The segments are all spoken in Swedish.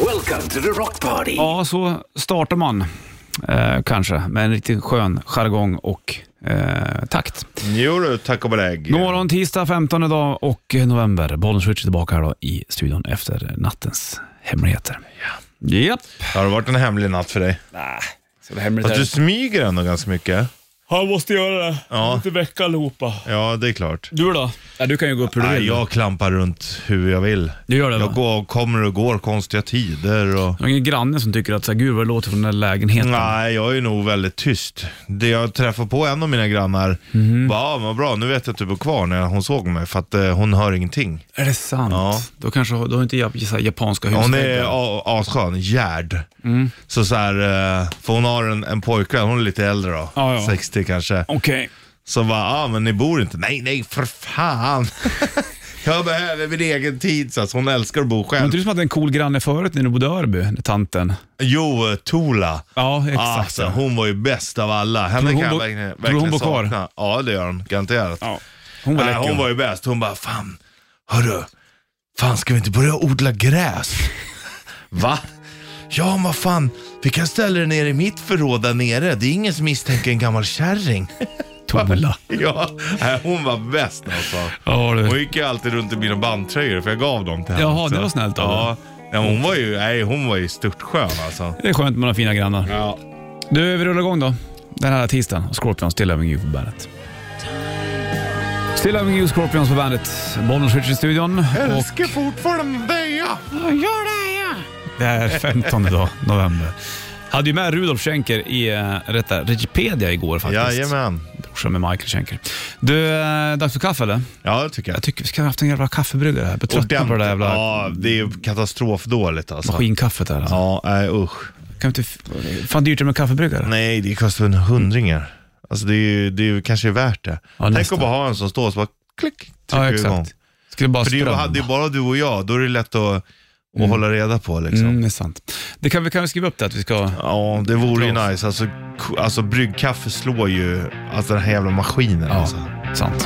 Welcome to the Rock Party. Ja, så startar man kanske med en riktigt skön jargong och takt. Jo du, tack och belägg. God morgon, tisdag 15 dag och november. Bollnäs Switch är tillbaka här då i studion efter nattens hemligheter. Ja. Japp. Har det varit en hemlig natt för dig? Nej, så det hemligt. Att du smyger ändå ganska mycket. Han måste göra det. Ja. Inte väcka allihopa. Ja, det är klart. Du då? Ja, du kan ju gå upp hur du vill. Jag klampar runt hur jag vill. Du gör det, va? Jag kommer och går konstiga tider och... Det är ingen granne som tycker att så här, gud vad det låter från den där lägenheten. Nej, jag är nog väldigt tyst. Det jag träffar på en av mina grannar, bara, vad bra, nu vet jag att du var kvar när hon såg mig, för att hon hör ingenting. Är det sant? Ja. Då kanske du har inte japanska husväggar. Hon är asskön, Gerd. Så här, för hon har en pojkvän, hon är lite äldre då, Ja. 60 kanske. Okej. Så bara, men ni bor inte. Nej, för fan. Jag behöver min egen tid, så hon älskar att bo Men själv. inte du som hade en cool granne förut när du bodde i Örby, tanten? Jo, Tola. Ja, exakt. Alltså, hon var ju bäst av alla. Henne Tror kan hon jag tror verkligen hon bor kvar? sakna. Ja, det gör hon, garanterat. Ja. Hon var läcker. Hon var ju bäst. Hon bara, hörru, ska vi inte börja odla gräs? Va? Ja, men fan, vi kan ställa det ner i mitt förråd där nere. Det är ingen som misstänker en gammal kärring. Tola. Ja, hon var bäst alltså. Ja, du. Hon gick ju alltid runt i mina bandtröjor, för jag gav dem till henne. Jaha, också. det var snällt av Ja, hon var ju störtskön alltså. Det är skönt med några fina grannar. Ja. Du, vi rullar igång då. Den här tisdagen. Scorpions, Still Loving You på bandet. Still Loving You, Scorpions på bandet. Bollnäs Switch i studion. Älskar fortfarande dig, ja. Gör det, ja. Det är 15 dag, november. Hade ju med Rudolf Schenker i Wikipedia igår faktiskt. Jajamän. Brorsan med Michael Schenker. Du, dags för kaffe eller? Ja, det tycker jag. Jag tycker vi ska ha haft en jävla kaffebryggare här. Betröttna på det där jävla Ja, det är ju katastrofdåligt alltså. maskinkaffet här. Alltså. Ja, usch. Kan inte fan dyrt med kaffebryggare? Nej, det kostar 100. Alltså det är ju kanske värt det. Ja, Tänk nästan. att bara ha en som står och så bara klick, Ja, trycker igång. exakt. Skulle bara För det hade ju bara du och jag, då är det lätt att hålla reda på liksom. Det är sant. Det kan vi skriva upp det att vi ska... Ja, det vore ju nice. Alltså bryggkaffe slår ju alltså den här jävla maskinen. Ja, Alltså. sant.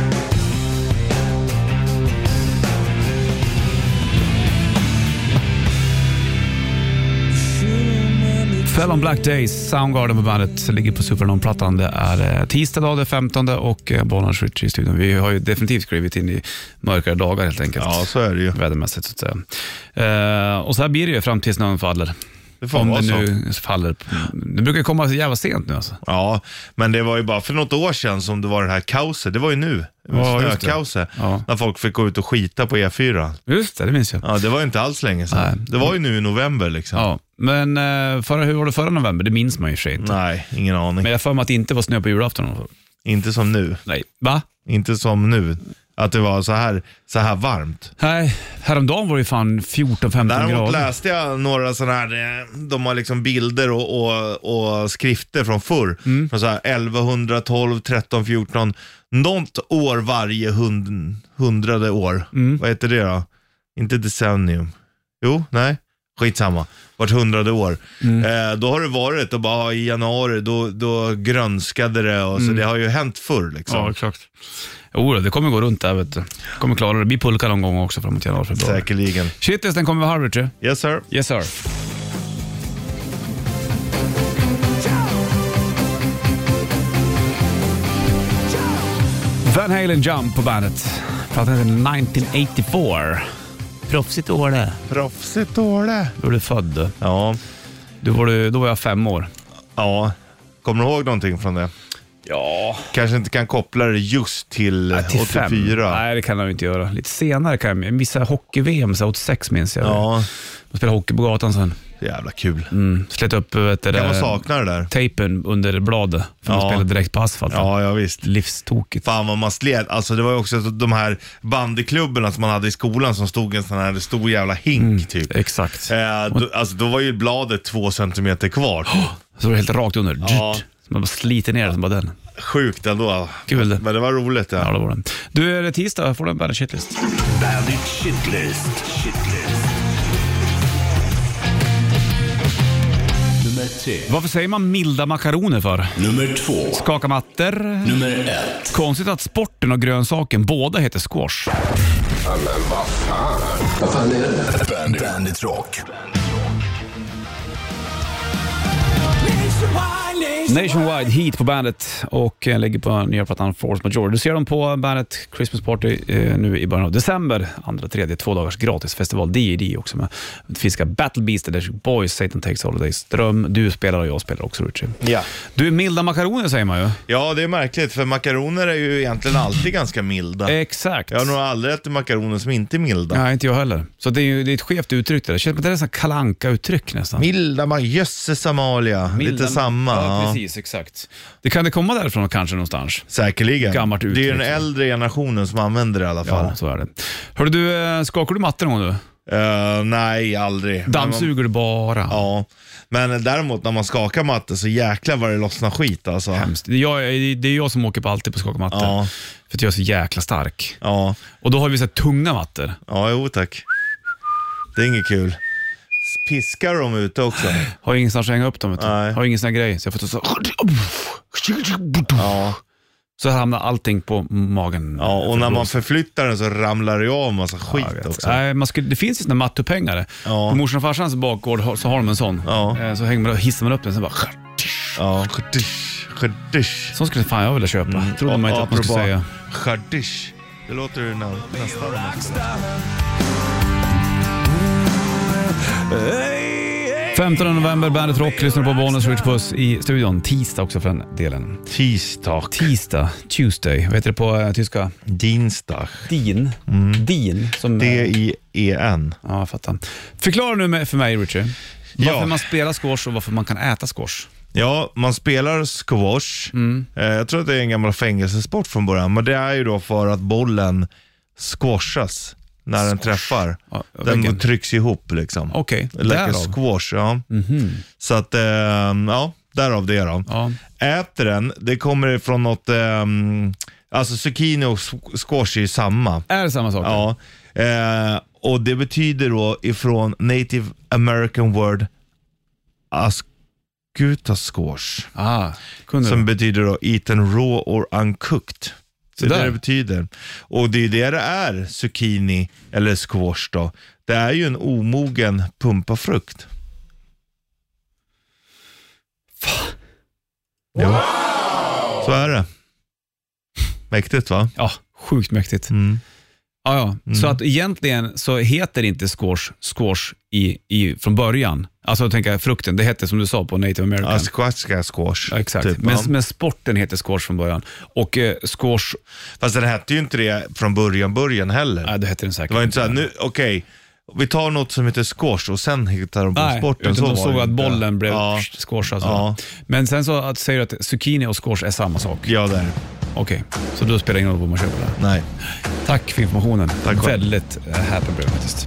Fell on Black Days, Soundgarden på bandet, ligger på Supernon-plattan. Det är tisdag dag, det 15 och Bollnäs Switch i studion. Vi har ju definitivt skrivit in i mörkare dagar helt enkelt. Ja, så är det ju. Vädermässigt så att säga. Och så här blir det ju fram tills snön faller. Det får Om vara det så. nu faller. Det brukar komma så jävla sent nu alltså. Ja, men det var ju bara för något år sedan som det var det här kaoset. Det var ju nu. Ja, just det. Snökaoset. Ja. När folk fick gå ut och skita på E4. Just det minns jag. Ja, det var ju inte alls länge sedan. Nej. Det var ju nu i november liksom. Ja, men hur var det förra november? Det minns man ju för sig inte. Nej, ingen aning. Men jag får mig att det inte var snö på julafton. Inte som nu. Nej. Va? Inte som nu. Att det var så här varmt. Nej, häromdagen var det fan 14-15 Däremot grader. läste jag några sådana här, de har liksom bilder och skrifter från förr. Från så här 1100, 12, 13, 14. Något år varje hundrade år. Vad heter det då? Inte decennium. Jo, nej. Skitsamma. Vart 100:e år. Då har det varit och bara i januari då grönskade det och så det har ju hänt förr liksom. Ja, exakt. Jo, det kommer gå runt där, vet du. Kommer klara det. Det blir pulka någon gång också framåt januari, februari. Säkerligen. Shitlisten kommer vid halv, Richard. Yes sir. Yes, sir. Van Halen Jump på bandet. Pratar om 1984. Proffsigt år det. Proffsigt år det. Då är du född. Ja. Då var jag 5 år. Ja. Kommer du ihåg någonting från det? Ja. Kanske inte kan koppla det just till 84. 5. Nej, det kan jag inte göra. Lite senare kan jag missa hockey-VM, så 86 minns jag. Ja. Jag spelade hockey på gatan sen. Jävla kul. Slet upp det Kan man där sakna det där? tejpen under bladet. För man spelade direkt på asfalt. Ja, visst. Livstokigt. Fan vad man slet. Alltså det var ju också de här bandyklubborna som man hade i skolan som stod en sån här stor jävla hink typ. Exakt. Då var ju bladet 2 centimeter kvar. Så var det helt rakt under. Ja. Så man bara sliter ner det som bara den. Sjukt ändå. Kul det. Men det var roligt. Ja, det var den. Du, är det tisdag? Får du en Bandit Shitlist? Bandit Shitlist. Nummer 3. Varför säger man milda makaroner för? Nummer 2. Skaka mattor. Nummer 1. Konstigt att sporten och grönsaken båda heter squash. Vad fan är det? Bandit Rock. Nationwide, Heat på bandet och lägger på nya plattan Force Major. Du ser dem på bandet Christmas Party nu i början av december. 2-3, 2 dagars gratis festival. D&D också med fiska Battle Beast, Electric Boys, Satan Takes Holidays, Dröm. Du spelar och jag spelar också, Richie. Ja. Du är milda makaroner, säger man ju. Ja, det är märkligt, för makaroner är ju egentligen alltid ganska milda. Exakt. Jag har nog aldrig ätit makaroner som inte är milda. Nej, inte jag heller. Så det är ett skevt uttryck där. Det känns som att det är en sån kalanka-uttryck nästan. Milda, jösses Amalia. Lite samma. Ja, precis, exakt. Det kan det komma därifrån kanske någonstans. Säkerligen. Gammalt uttryck. Det är den äldre generationen som använder det i alla fall. Ja, så är det. Hörru du, skakar du matten någon du? Nej, aldrig. Dammsuger du bara? Ja, men däremot när man skakar matte så jäklar vad det lossnar skit alltså. Hemskt. Det är jag som åker på alltid på skaka mattor. Ja. För att jag är så jäkla stark. Ja. Och då har vi så här tunga mattor. Ja, jo tack. Det är inget kul. Piskar de ute också? Har ingenstans att hänga upp dem, vet du. Nej. Har ingen sån här grej. Så jag får ta så... Ja. Så hamnar allting på magen. Ja, och när man förflyttar den så ramlar det av massa skit också. Nej, det finns ju såna mattupphängare. Ja. På morsan och farsans bakgård så har de en sån. Ja. Så hänger man och hissar man upp den så bara... Ja, Så skulle fan jag vilja köpa. Trodde man inte att man skulle säga. Khadish. Det låter ju nästan. 15 november, Bandet Rock, lyssnar på Bonus Rich Puss i studion. Tisdag också för den delen. Tisdag, Tuesday. Vad heter det på tyska? Dinsdag. Din. Din. Som, D-I-E-N. Ja, jag fattar. Förklara nu för mig, Richie. Varför Ja. man spelar squash och varför man kan äta squash. Ja, man spelar squash. Jag tror att det är en gammal fängelsesport från början. Men det är ju då för att bollen squashas när den träffar. Ja, den trycks ihop liksom. Okej, Like a därav. squash, ja. Så att, ja, därav det då. Ja. Äter den, det kommer ifrån något, alltså zucchini och squash är ju samma. Är det samma sak? Ja, och det betyder då ifrån Native American word ascuta squash. Kunde Som du? betyder då eaten raw or uncooked. Så det är det betyder. Och det är det är zucchini eller squash då. Det är ju en omogen pumpafrukt. Ja. Så är det. Mäktigt va? Ja, sjukt mäktigt. Ja. Så att egentligen så heter det inte squash från början. Alltså tänker jag frukten, det heter som du sa på Native American. Squash. Ja, exakt. Typ, Men sporten heter squash från början. Och squash... Fast den hette ju inte det från början heller. Nej, det heter den säkert. Det var inte så här, nu, okej, vi tar något som heter squash och sen hittar de på sporten. Utan de så såg var att det bollen inte. blev Ja. squashad. Ja. Men sen så att säger du att zucchini och squash är samma sak. Ja, där. Okej, så då spelar det ingen roll vad man köper det. Nej. Tack för informationen. Tack själv. Väldigt härligt brev faktiskt.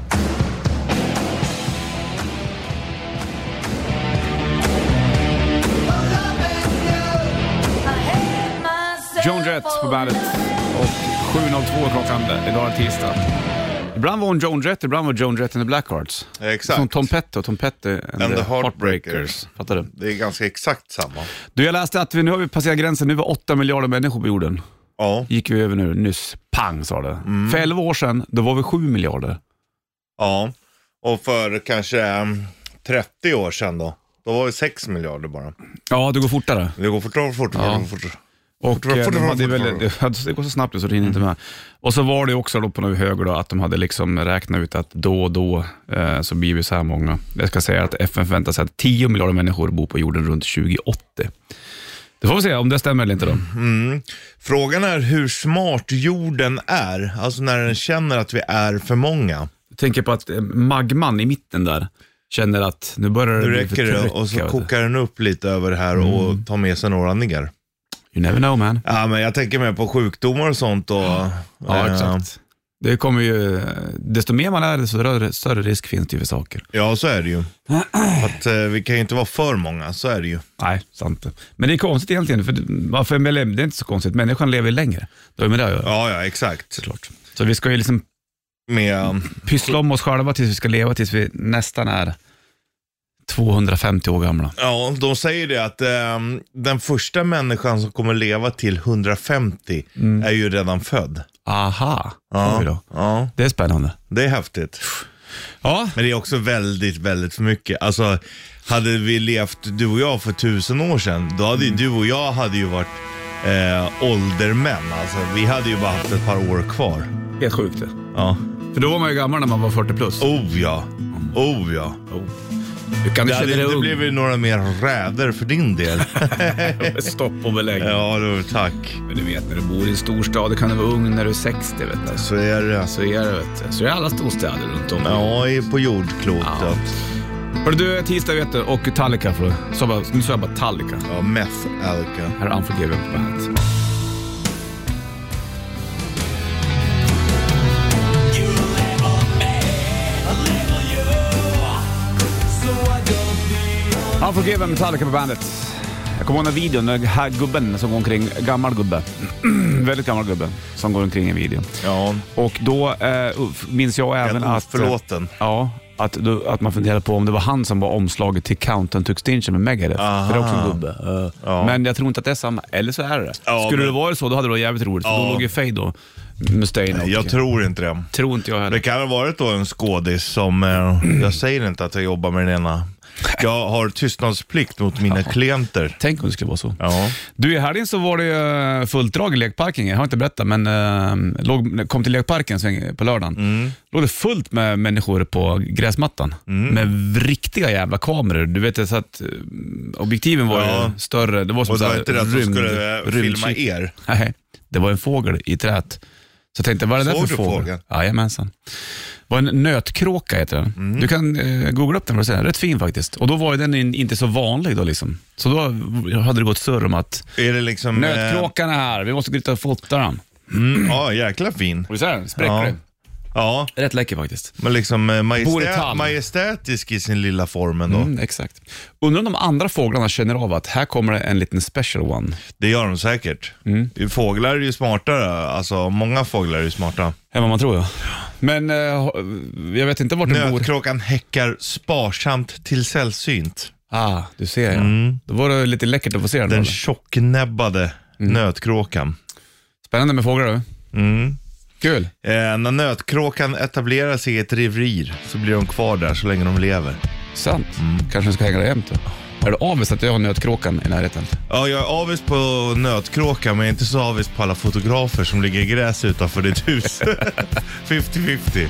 Joan Jett på bandet och 7.02 klockan, idag är tisdag. Ibland var hon Joan Jett, ibland var Joan Jett and the Blackhearts. Exakt. Som Tom Petty and the Heartbreakers. Fattar du? Det är ganska exakt samma. Du, jag läste att nu har vi passerat gränsen, nu var 8 miljarder människor på jorden. Ja. Gick vi över nu, nyss. Pang sa det. För 11 år sedan, då var vi 7 miljarder. Ja. Och för kanske 30 år sedan då var vi 6 miljarder bara. Ja, det går fortare. Det går fortare. Och det går så snabbt så det hinner inte med. Och så var det också då på något höger då att de hade liksom räknat ut att då och då så blir vi så här många. Jag ska säga att FN förväntar sig att 10 miljarder människor bor på jorden runt 2080. Det får vi se om det stämmer eller inte då. Frågan är hur smart jorden är. Alltså när den känner att vi är för många. Jag tänker på att magman i mitten där känner att nu börjar det Nu bli för räcker det tryck, och så kokar den upp lite över det här och tar med sig några ner. You never know, man. Ja, men jag tänker mer på sjukdomar och sånt. Och, Ja, exakt. Det kommer ju, desto mer man är, desto större risk finns det ju för saker. Ja, så är det ju. Att vi kan ju inte vara för många, så är det ju. Nej, sant. Men det är konstigt egentligen, för det är inte så konstigt. Människan lever längre. Det är med det att göra. Ja, exakt. Såklart. Så vi ska ju liksom pyssla om oss själva tills vi ska leva tills vi nästan är 250 år gamla. Ja, de säger det att den första människan som kommer leva till 150 är ju redan född. Aha, oj då. Ja, Det är spännande. det är häftigt. Ja. Men det är också väldigt, väldigt för mycket. Alltså, hade vi levt du och jag för 1000 år sedan, då hade ju du och jag hade ju varit åldermän. Alltså, vi hade ju bara haft ett par år kvar. Helt sjukt det. Ja. För då var man ju gammal när man var 40 plus. Oh ja. Du kan Det känna hade dig inte ung. blivit några mer räder för din del. Stopp och belägg. Ja, då, tack. Men du vet, när du bor i en storstad, det kan du vara ung när du är 60, vet du. Så är det. Så är det, vet du. Så är alla storstäder runt om. Ja, på jordklotet. Ja. Hörru du, tisdag vet du, och Metallica för nu sa jag bara Metallica. Ja, Metallica. Här är Unforgiven på bandet. Unforgiven, Metallica på bandet. Jag kommer ihåg den videon, den här gubben som går omkring, gammal gubbe. Väldigt gammal gubbe som går omkring i videon. Ja. Och då minns jag även att... Förlåten. Ja, att man funderade på om det var han som var omslaget till Countdown to Extinction med Megadeth. För det är också en gubbe. Ja. Men jag tror inte att det är samma. Eller så är det. Ja, Skulle men... det vara så, då hade det varit jävligt roligt. För då låg ju Fade då, Mustaine och... Jag tror inte det. Tror inte jag heller. Det kan ha varit då en skådis som... jag säger inte att jag jobbar med den ena. Jag har tystnadsplikt mot mina klienter. Tänk om det skulle vara så. Ja. Du, i helgen så var det fullt drag i lekparken. Jag har inte berättat, men kom till lekparken på lördagen. Låg det fullt med människor på gräsmattan. Med riktiga jävla kameror. Du vet så att objektiven var ju större. Det var som Och det var så inte det att de skulle filma er? Nej, det var en fågel i träet. Så jag tänkte, vad är det där för fågel? Jajamensan. Det var en nötkråka heter den. Du kan googla upp den för att se. Rätt fin faktiskt. Och då var ju den inte så vanlig då liksom. Så då hade det gått surr om att är det liksom, nötkråkan är här, vi måste gå ut och fota den. Ja, jäkla fin. Och så här, spräcker Ja. Rätt läcker faktiskt. Men liksom majestätisk i sin lilla formen då. Exakt. Undrar om de andra fåglarna känner av att här kommer det en liten special one. Det gör de säkert. Fåglar är ju smartare. Alltså många fåglar är ju smarta. Ja, vad man tror jag. Men jag vet inte vart den bor. Nötkråkan häckar sparsamt till sällsynt. Du ser jag. Då var det lite läckert att få se den. Den tjocknäbbade nötkråkan. Spännande med fåglar då. Kul. När nötkråkan etablerar sig i ett revir så blir de kvar där så länge de lever. Sant. Kanske ska hänga där jämt då. Är du avis att jag har nötkråkan i närheten? Ja, jag är avis på nötkråkan, men jag är inte så avis på alla fotografer som ligger i gräs utanför ditt hus. 50-50.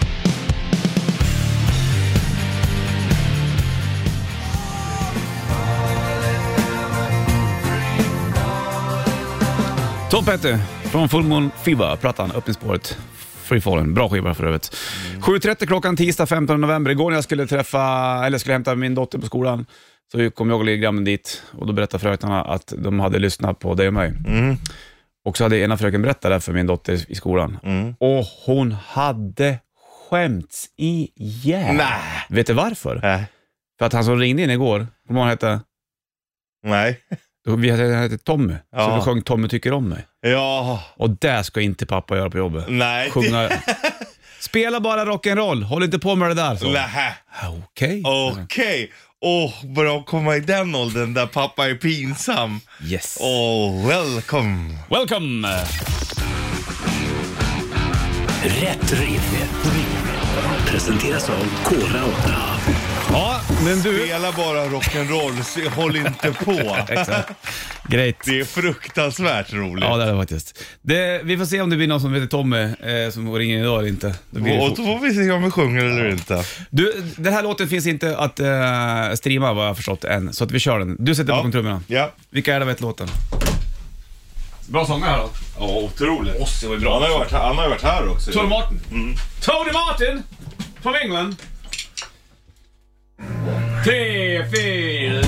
Tom Petty från Full Moon Fever, plattan, öppningsspåret. Free Fallen, bra skiva för övrigt. 7.30 klockan tisdag 15 november. Igår när jag skulle hämta min dotter på skolan, så kom jag och lillgrabben dit och då berättade fröknarna att de hade lyssnat på dig och mig. Och så hade ena fröken berättat det för min dotter i skolan. Och hon hade skämts ihjäl. Nej. Vet du varför? För att han som ringde in igår, kommer han hette? Nej. Vi hette Tommy. Ja. Så vi sjöng Tommy tycker om mig. Ja. Och det ska inte pappa göra på jobbet. Nej. Sjunga. Spela bara rock'n'roll. Håll inte på med det där. Så. Nähä. Okej. Börja komma i den åldern där pappa är pinsam. Yes. Welcome. Rätt riff. Presenteras av Kora 8. Ja, men du... Spela bara rock'n'roll, håll inte på. Exakt. Great. Det är fruktansvärt roligt. Ja, det är det faktiskt. Vi får se om det blir någon som heter Tommy som ringer idag eller inte. Och då får vi se om vi sjunger eller inte. Du, den här låten finns inte att streama vad jag har förstått än. Så att vi kör den. Du sätter bakom trummorna. Ja. Vilka är det vet låten? Bra sångare här då. Ja, otroligt. Ossi var ju bra. Han har ju varit här också. Tony Martin. Tony Martin från England. 3, 4.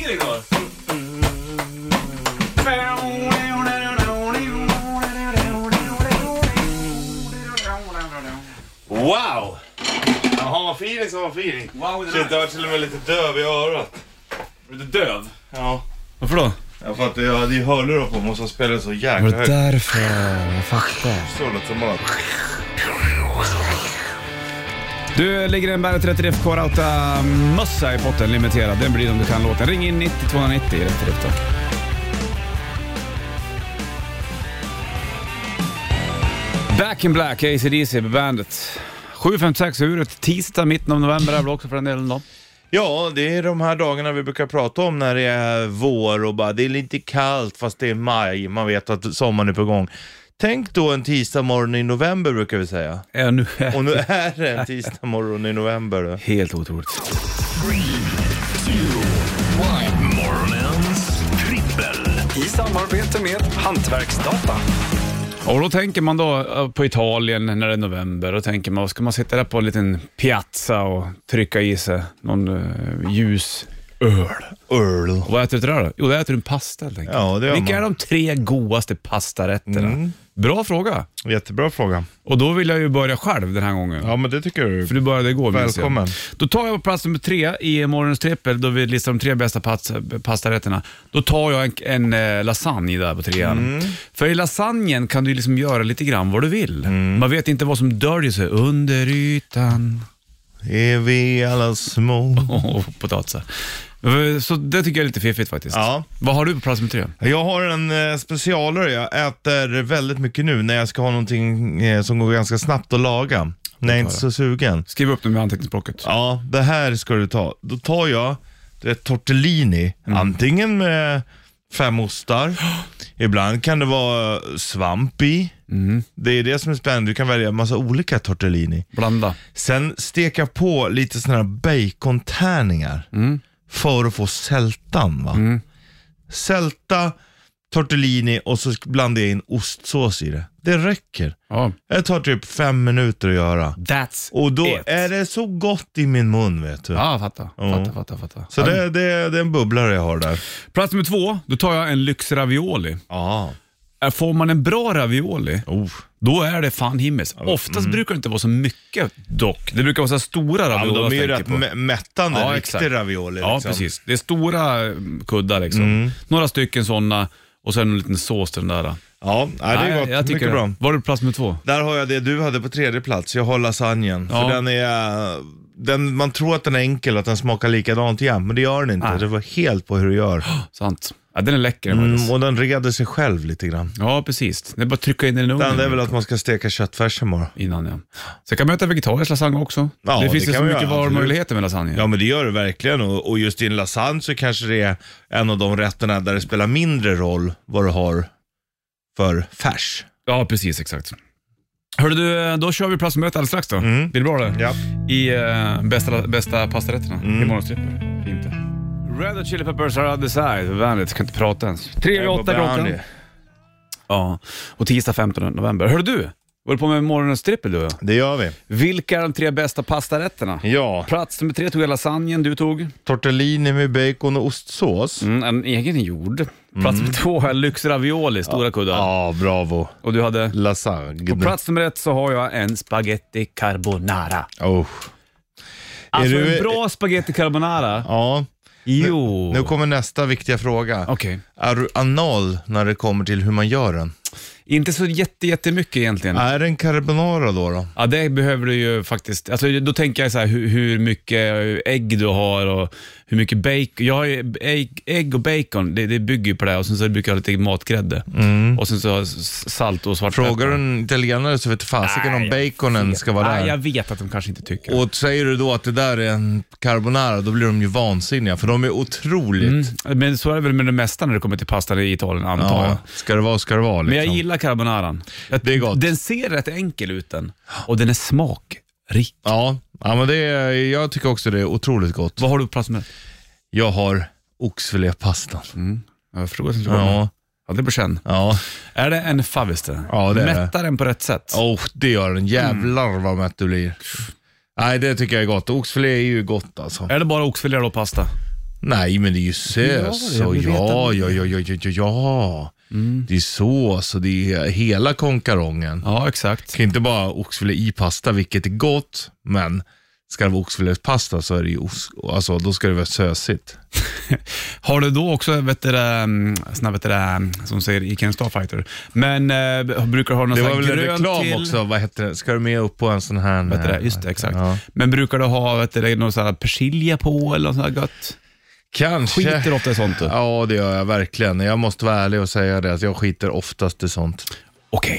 feeling då? Wow! Jaha, feeling som var feeling. Wow, så jag var till och med lite döv i örat. Är du döv? Ja. Varför då? Ja, för att jag hade ju hörlurar på mig och så spelade så jäkla högt. därför? Jag fattar. Så låter som bara... Du ligger en Bandet 30 FK Rauta mössa i potten, limiterad. Den blir om du kan låten. Ring in 90 290 rätt till då. Back in Black, AC/DC på bandet. 7.56 uret, tisdag mitten av november är väl också för den delen då. Ja, det är de här dagarna vi brukar prata om när det är vår och bara det är lite kallt fast det är maj. Man vet att sommaren är på gång. Tänk då en tisdag morgon i november brukar vi säga. Ja, nu och nu är det en tisdag morgon i november. Då. Helt otroligt. 3, 2, 1. Morgonens trippel. I samarbete med Hantverksdata. Och då tänker man då på Italien när det är november. Då tänker man, ska man sitta där på en liten piazza och trycka i sig någon ljus öl. Och vad äter du där då? Jo, det äter du en pasta helt enkelt. Ja, det vilka är de 3 godaste pastarätterna? Bra fråga. Jättebra fråga. Och då vill jag ju börja själv den här gången. Ja, men det tycker du. För du började igår. Välkommen. Då tar jag på plats nummer 3 i morgonens trippel, då vi listar de 3 bästa pastarätterna. Då tar jag en lasagne där på 3:an. För i lasagnen kan du liksom göra lite grann vad du vill. Man vet inte vad som döljer sig under ytan. Är vi alla små? Potatisar. Så det tycker jag är lite fiffigt faktiskt. Ja. Vad har du på plats med 3? Jag har en specialare. Jag äter väldigt mycket nu när jag ska ha någonting som går ganska snabbt att laga. När jag är inte så sugen. Skriv upp det med anteckningsblocket. Ja, det här ska du ta. Då tar jag tortellini. Antingen med 5 ostar. Ibland kan det vara svamp i. Det är det som är spännande. Du kan välja en massa olika tortellini. Blanda. Sen steka på lite såna här bacontärningar. För att få sältan, va? Sälta, tortellini och så blandar jag in ostsås i det. Det räcker. Ja. Det tar typ 5 minuter att göra. That's och då it. är det så gott i min mun, vet du. Ja, fatta. Så det är en bubblare jag har där. Plats nummer 2, då tar jag en lyxravioli. Ja. Får man en bra ravioli, då är det fan himmels. Oftast brukar det inte vara så mycket dock. Det brukar vara så stora ravioli. Ja, de är ju rätt mättande, riktig ravioli. Ja, liksom. precis. Det är stora kuddar liksom. Några stycken sådana och sen en liten sås till den där. Ja, det är gott. Jag tycker mycket bra. Var du på plats med 2? Där har jag det du hade på 3:e plats. Jag har lasagnen. Ja. För man tror att den är enkel, att den smakar likadant igen. Men det gör den inte. Nej. Det var helt på hur du gör. Sant. Ja, den är läcker. Och den reder sig själv lite grann. Ja, precis. Det är bara att trycka in i den ugnen. Det är väl att man ska steka köttfärsen bara. Innan, ja. Så kan man äta vegetarisk lasagne också. Ja, det finns det ju så kan man mycket göra, valmöjligheter med lasagne. Ja, men det gör det verkligen. Och just i en lasagne så kanske det är en av de rätterna där det spelar mindre roll vad du har för färs. Ja, precis, exakt. Hörru du, då kör vi plastmöte alldeles strax då. Blir det bra det? Ja. I bästa pastarätterna i morgonstrippar. Fint det. Red Hot Chili Peppers are other side. Vanligt, kan inte prata ens. 3:08 klockan. Ja, och tisdag 15 november. Hörru du, var du på med morgonens trippel du? Det gör vi. Vilka är de 3 bästa pastarätterna? Ja. Plats nummer 3 tog jag lasagnen, du tog? Tortellini med bacon och ostsås. En egen jord. Plats nummer 2 har jag lyxravioli, stora kuddar. Ja, bravo. Och du hade? Lasagne. På plats nummer 1 så har jag en spaghetti carbonara. Är en bra spaghetti carbonara. Ja. Jo. Nu kommer nästa viktiga fråga. Okej. Är du anal när det kommer till hur man gör den? Inte så jättemycket egentligen. Är det en carbonara då? Ja, det behöver du ju faktiskt. Alltså, då tänker jag så här hur mycket ägg du har och hur mycket bacon. Jag har ju ägg och bacon, det bygger ju på det. Och sen så brukar jag ha lite matgrädde. Och sen så salt och svartpeppar. Frågar du en italienare så vet du fasiken om baconen ska vara där. Nej, jag vet att de kanske inte tycker. Och säger du då att det där är en carbonara, då blir de ju vansinniga. För de är otroligt. Men så är det väl med det mesta när det kommer till pasta i Italien, antar jag. Ska det vara liksom. Men jag gillar carbonaran. Det är gott. Den ser rätt enkel ut den. Och den är smakrik. Ja, men jag tycker också det är otroligt gott. Vad har du på plats med? Jag har oxfilépastan. Jag förstår att det det blir känn. Ja. Är det en favvis det? Ja, det är mättar den på rätt sätt? Det gör den. Jävlar vad mätt du blir. Nej, det tycker jag är gott. Oxfilé är ju gott alltså. Är det bara oxfilé och pasta? Nej, men det är ju sös. Ja. Det är sås och det är hela konkarongen. Ja, exakt. Det kan inte bara oxfilé i pasta, vilket är gott, men ska det vara oxfilépasta så är det ju alltså, då ska det vara sösigt. Har du då också som säger i Ken Starfighter, men brukar du ha någon sån här grön till? Det var väl en reklam också, vad heter det? Ska du med upp på en sån här? Just det, exakt. Ja. Men brukar du ha någon sån här persilja på eller något sånt här gött? Kanske. Skiter ofta i sånt? Ja, det gör jag verkligen. Jag måste vara ärlig och säga det, att jag skiter oftast i sånt. Okej.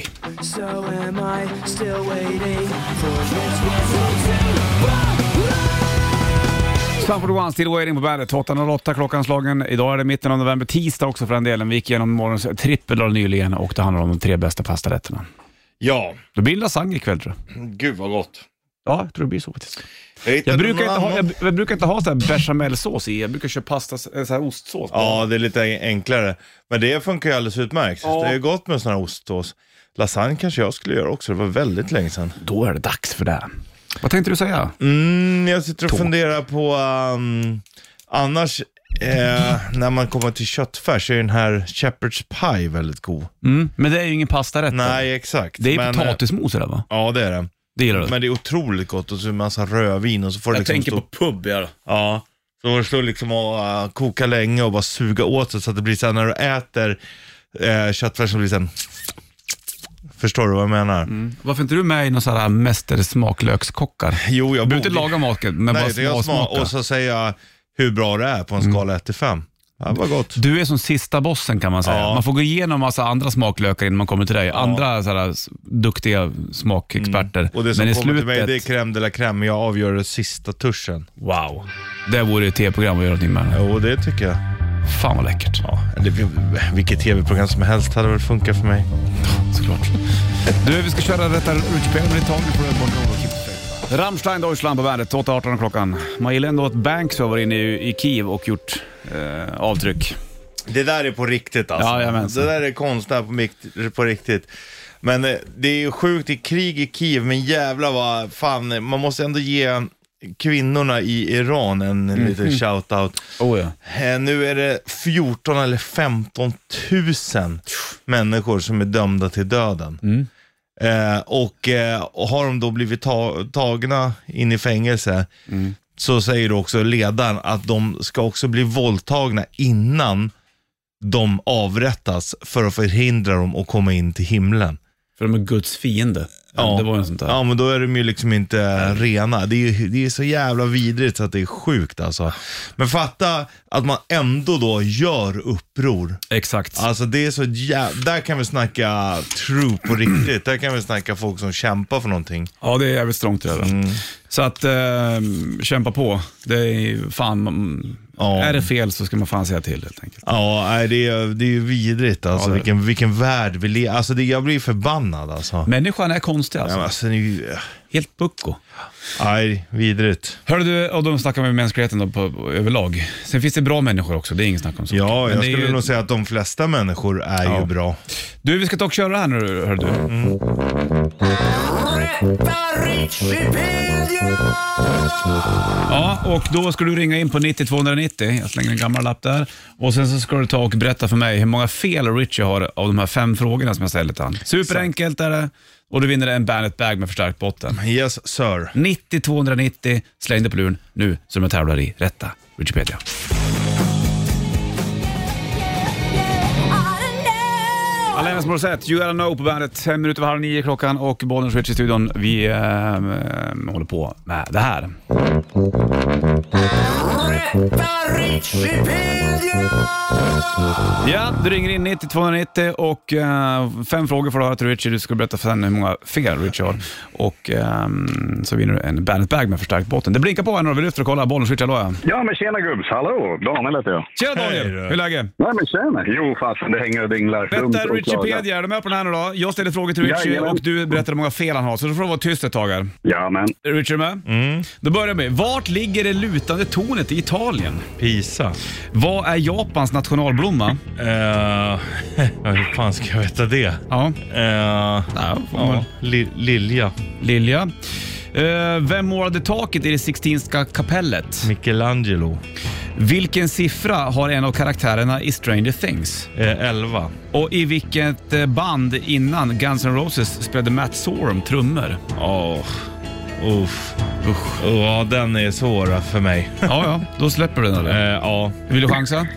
Stanford One, Still Waiting på bandet. 8.08 klockan slagen. Idag är det mitten av november, tisdag också för den delen. Vi gick igenom morgons trippel nyligen och det handlar om de 3 bästa pastarätterna. Ja. Det blir lasagne ikväll, tror jag. Gud vad gott. Ja, jag tror det blir så faktiskt. Jag brukar inte ha så här bechamelsås i. Jag brukar köra pasta, så här ostsås. Ja, det är lite enklare. Men det funkar ju alldeles utmärkt. Ja. Det är gott med sån här ostsås. Lasagne kanske jag skulle göra också. Det var väldigt länge sedan. Då är det dags för det. Vad tänkte du säga? Jag sitter och funderar på annars när man kommer till köttfärs är den här shepherd's pie väldigt god. Men det är ju ingen pastarätt. Nej, exakt. Det är potatismos eller va? Ja, det är det. Det gillar du. Men det är otroligt gott och så en massa rödvin och så får det liksom tänker på pub, ja. Ja, så får det stå liksom och koka länge och bara suga åt sig så att det blir så här när du äter köttfärs så blir det sen. Förstår du vad jag menar? Varför inte du med i någon sån här mästersmaklökskockar? Jo, jag behöver inte laga maten, men bara smaka. Och så säger jag hur bra det är på en skala 1-5. Ja, vad gott. Du är som sista bossen kan man säga. Ja. Man får gå igenom massa andra smaklökar innan man kommer till dig. Ja. Andra sådär duktiga smakexperter. Och det som kommer till mig, det är crème de la crème. Jag avgör det sista tuschen. Wow. Det vore ett tv-program att göra någonting med. Jo, det tycker jag. Fan vad läckert. Ja, vilket tv-program som helst hade väl funkat för mig. Såklart. Du, vi ska köra detta utspel med ditt tag. Rammstein Deutschland på bandet, 8.18 klockan. Man gillar ändå att Banks har varit inne i Kiev och gjort avtryck. Det där är på riktigt alltså. Ja, det där är konstnär på riktigt. Men det är ju sjukt i krig i Kiev, men jävla vad fan, man måste ändå ge kvinnorna i Iran en liten shoutout. Oh, ja. Nu är det 14 eller 15 000 människor som är dömda till döden. Och har de då blivit tagna in i fängelse så säger då också ledaren att de ska också bli våldtagna innan de avrättas för att förhindra dem att komma in till himlen. För de är Guds fiende. Ja, det var en sånt där. Ja, men då är de ju liksom inte rena. Det är så jävla vidrigt så att det är sjukt alltså. Men fatta att man ändå då gör uppror. Exakt. Alltså det är så där kan vi snacka true på riktigt. Där kan vi snacka folk som kämpar för någonting. Ja, det är jävligt strångt det där. Så att kämpa på. Det är fan... Är det fel så ska man fan säga till helt enkelt. Ja, det är ju vidrigt alltså. Vilken värld vi lever. Alltså jag blir förbannad alltså. Människan är konstig alltså. Ja, alltså helt bucko. Nej, vidrigt. Hörde du, och de snackar med mänskligheten då på överlag. Sen finns det bra människor också, det är ingen snack om så. Ja, jag skulle nog säga att de flesta människor är ju bra. Du, vi ska ta och köra här nu, hör du. Ja, och då ska du ringa in på 90-290. Jag slänger en gammal lapp där. Och sen så ska du ta och berätta för mig hur många fel Richie har av de här 5 frågorna som jag ställer till han. Superenkelt är det. Och du vinner en Bandet Bag med förstärkt botten. Yes, sir. 90-290, släng det på luren nu som jag tävlar i rätta Wikipedia. Alanis Morissette, You Gotta Know på bandet. 5 minuter över 8:30 klockan och Bollnäs Rich i studion. Vi håller på med det här. Ja, du ringer in 90-290 och 5 frågor får du höra till Richie. Du ska berätta för hur många fel Richie har. Och så vinner du en Bandet Bag med förstärkt botten. Det blinkar på en och vi lyfter och kollar. Bollnäs Rich, hallå? Ja, men tjena gubbs, hallå, Daniel heter jag. Tjena Daniel, hur är läget? Nej men tjena, jo fast det hänger och dinglar. Detta är Wikipedia, är du med på den här nu då? Jag ställer frågor till Richie och du berättar hur många fel han har. Så du får vara tyst ett tag här. Ja men. Är Richie med? Då börjar vi. Vart ligger det lutande tornet i Italien? Pisa. Vad är Japans nationalblomma? Hur fan ska jag veta det? Ja. Lilja. Lilja. Vem målade taket i det Sixtinska kapellet? Michelangelo. Vilken siffra har en av karaktärerna i Stranger Things? 11. Och i vilket band innan Guns N' Roses spelade Matt Sorum trummor? Ja, den är svår för mig. Ja, då släpper du den eller? Ja. Vill du chansa?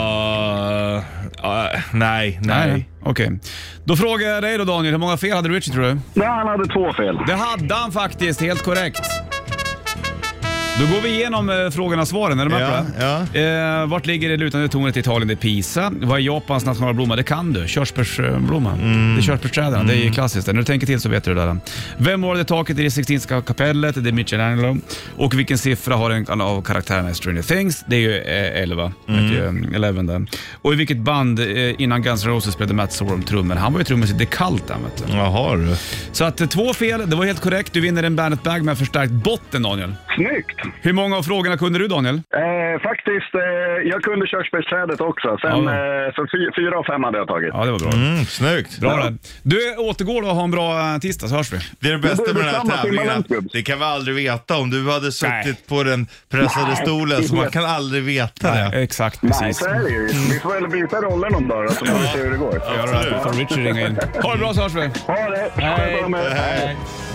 Nej. Okej. Då frågar jag dig då, Daniel, hur många fel hade Richie, tror du? Ja, han hade 2 fel. Det hade han faktiskt, helt korrekt. Då går vi igenom frågorna och svaren. Är du med på det? Ja. Vart ligger det lutande tornet i Italien? Det är Pisa. Vad är Japans nationalblomma? Det kan du. Körsbärsblomma. Det är körsbärsträden. Det är klassiskt. När du tänker till så vet du det där. Vem målade taket i det Sixtinska kapellet? Det är Michelangelo. Och vilken siffra har en av karaktärerna i Stranger Things? Det är ju 11. 11 där. Och i vilket band innan Guns N' Roses spelade Matt Sorum trummor? Han var ju trummis i The Cult där, vet du. Jaha du. Så att 2 fel, det var helt korrekt. Du vinner en Bandet Bag med förstärkt botten, Daniel. Snyggt! Hur många av frågorna kunde du, Daniel? Faktiskt, jag kunde körsbärsträdet också. Sen, så 4 av 5 hade jag tagit. Ja, det var bra. Snyggt. Bra det. Du, återgår då och ha en bra tisdag, så hörs vi. Det är det bästa med den här samma tävlingen. timmarna. Det kan vi aldrig veta. Om du hade suttit på den pressade stolen, så man kan aldrig veta det. Exakt, Nej, precis. så är det ju. Vi får väl byta roller någon dag då, så får vi se hur det går. Gör det. Får Richard ringa in. Ha det bra, så hörs vi. Ha det! Hej. Hej.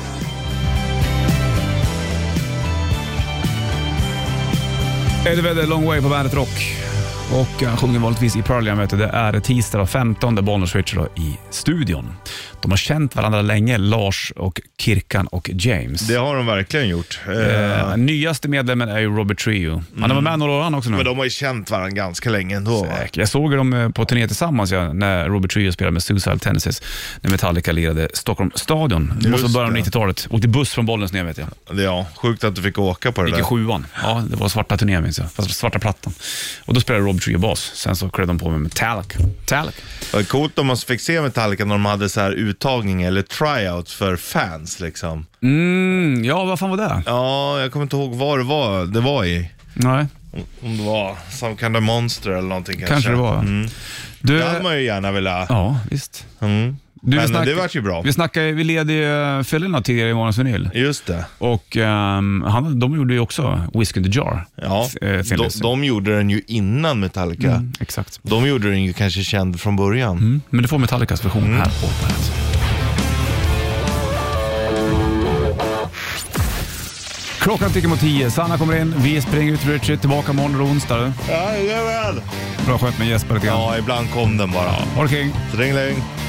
Eddie Vedder, Long Way på Bandet Rock. Och han sjunger vanligtvis i Pearl Jam. Det är tisdag 15, Bollnäs Richard i studion. De har känt varandra länge, Lars och Kirkan och James. Det har de verkligen gjort. Nyaste medlemmen är ju Robert Trio. Han har varit med några år också nu. Men de har ju känt varandra ganska länge ändå. Säkert. Jag såg dem på turné tillsammans när Robert Trio spelade med Suicide Tendencies, när Metallica lirade Stockholm Stadion. Det måste börja om 90-talet. Åkte buss från Bollnäs ner, vet jag. Ja, sjukt att du fick åka på det där. Gick i 7:an. Ja, det var svarta turnén, minns jag. Fast svarta plattan. Och då spelade Robert Trio bas. Sen så klädde de på med Metallica. Det var coolt om man fick se Metallica när de hade så här uttagning eller tryout för fans liksom. Ja, vad fan var det? Ja, jag kommer inte ihåg vad det var i. Nej. Om det var Some Kind of Monster eller någonting kanske. Det var. Det hade man ju gärna vilja. Ja, visst. Du, men det var ju bra. Vi ledde ju Felina tidigare i Månens vinyl. Just det. Och de gjorde ju också Whiskey in the Jar. Ja, de gjorde den ju innan Metallica. Exakt. De gjorde den ju kanske känd från början. Men det får Metallicas version här på Bandet. Klockan tickar mot 10. Sanna kommer in. Vi springer ut Richard tillbaka imorgon och onsdag. Ja, jajamän. Bra skönt med Jesper lite grann. Ja, ibland kom den bara. Ha det king. Ring.